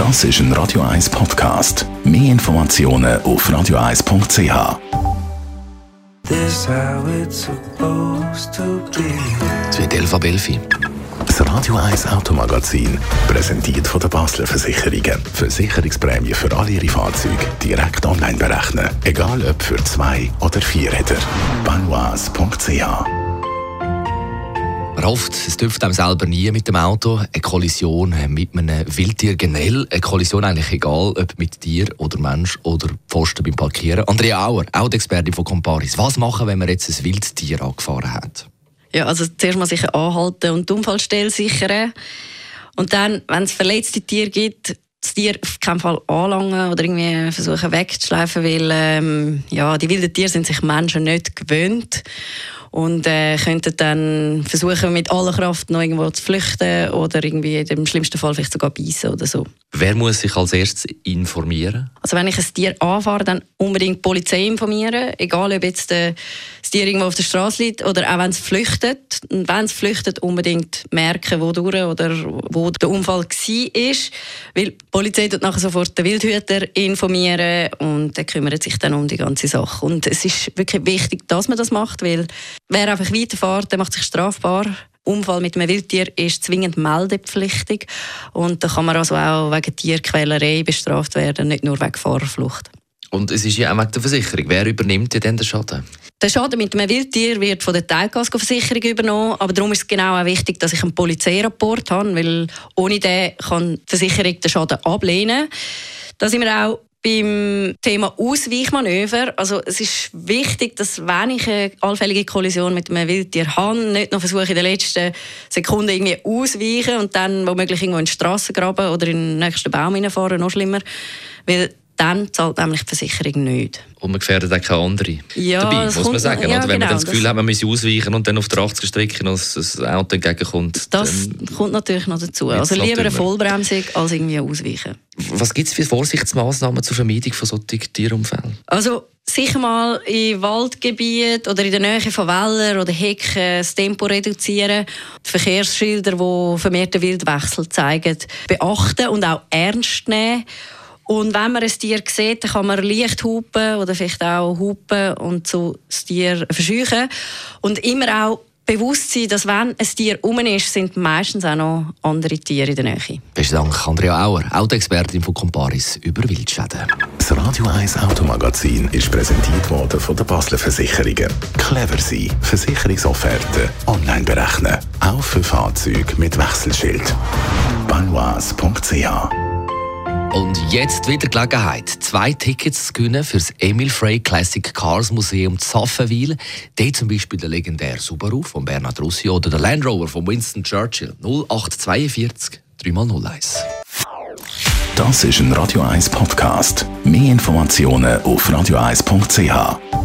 Das ist ein Radio 1 Podcast. Mehr Informationen auf radio1.ch. This how it's supposed to be. Es wird 11:11. Das Radio 1 Automagazin, präsentiert von der Basler Versicherungen. Versicherungsprämie für alle Ihre Fahrzeuge direkt online berechnen. Egal ob für 2 oder 4 Räder. Banoise.ch. Man hofft, es dürfte einem selber nie mit dem Auto. Eine Kollision mit einem Wildtier generell. Eine Kollision eigentlich egal, ob mit Tier oder Mensch oder Pfosten beim Parkieren. Andrea Auer, Autoexpertin von Comparis. Was machen, wenn man jetzt ein Wildtier angefahren hat? Ja, also zuerst mal sicher anhalten und die Unfallstelle sichern. Und dann, wenn es verletzte Tiere gibt, das Tier auf keinen Fall anlangen oder irgendwie versuchen wegzuschleifen, weil die wilden Tiere sind sich Menschen nicht gewöhnt. Und könnten dann versuchen, mit aller Kraft noch irgendwo zu flüchten oder irgendwie im schlimmsten Fall vielleicht sogar beißen oder so. Wer muss sich als erstes informieren? Also wenn ich ein Tier anfahre, dann unbedingt die Polizei informieren. Egal, ob jetzt das Tier irgendwo auf der Straße liegt oder auch wenn es flüchtet. Und wenn es flüchtet, unbedingt merken, wodurch oder wo der Unfall war. Weil die Polizei tut nachher sofort den Wildhüter informieren und der kümmert sich dann um die ganze Sache. Und es ist wirklich wichtig, dass man das macht, weil wer einfach weiterfährt, der macht sich strafbar. Unfall mit einem Wildtier ist zwingend meldepflichtig. Und da kann man also auch wegen Tierquälerei bestraft werden, nicht nur wegen Fahrerflucht. Und es ist ja auch wegen der Versicherung. Wer übernimmt denn den Schaden? Der Schaden mit einem Wildtier wird von der Teilkaskoversicherung übernommen. Aber darum ist es genau auch wichtig, dass ich einen Polizeirapport habe, weil ohne den kann die Versicherung den Schaden ablehnen. Da sind wir auch beim Thema Ausweichmanöver. Also es ist wichtig, dass wenn ich eine allfällige Kollision mit einem Wildtier habe, nicht noch versuche, in den letzten Sekunden irgendwie ausweichen und dann womöglich irgendwo in den Strassengraben oder in den nächsten Baum hineinfahren, noch schlimmer. Weil dann zahlt nämlich die Versicherung nicht. Und man gefährdet auch keine andere dabei, muss man sagen. Ja, oder wenn man dann das Gefühl hat, man müsse ausweichen und dann auf der 80er-Strecke noch ein Auto entgegenkommt. Das kommt natürlich noch dazu. Also lieber eine Vollbremsung als irgendwie ausweichen. Was gibt es für Vorsichtsmaßnahmen zur Vermeidung von solchen Tierunfällen? Also sicher mal in Waldgebieten oder in der Nähe von Wäldern oder Hecken das Tempo reduzieren. Die Verkehrsschilder, die vermehrten Wildwechsel zeigen, beachten und auch ernst nehmen. Und wenn man ein Tier sieht, dann kann man leicht hupen oder vielleicht auch hupen und so das Tier verscheuchen. Und immer auch bewusst sein, dass wenn ein Tier rum ist, sind meistens auch noch andere Tiere in der Nähe. Besten Dank, Andrea Auer, Autoexpertin von Comparis über Wildschäden. Das Radio 1 Automagazin ist präsentiert worden von der Basler Versicherungen. Clever sein, Versicherungsofferte online berechnen. Auch für Fahrzeuge mit Wechselschild. Banoise.ch. Und jetzt wieder Gelegenheit, 2 Tickets zu gewinnen für das Emil Frey Classic Cars Museum Zapfenwil. Dort zum Beispiel der legendäre Subaru von Bernhard Russi oder der Land Rover von Winston Churchill. 0842 3x01. Das ist ein Radio 1 Podcast. Mehr Informationen auf radio1.ch.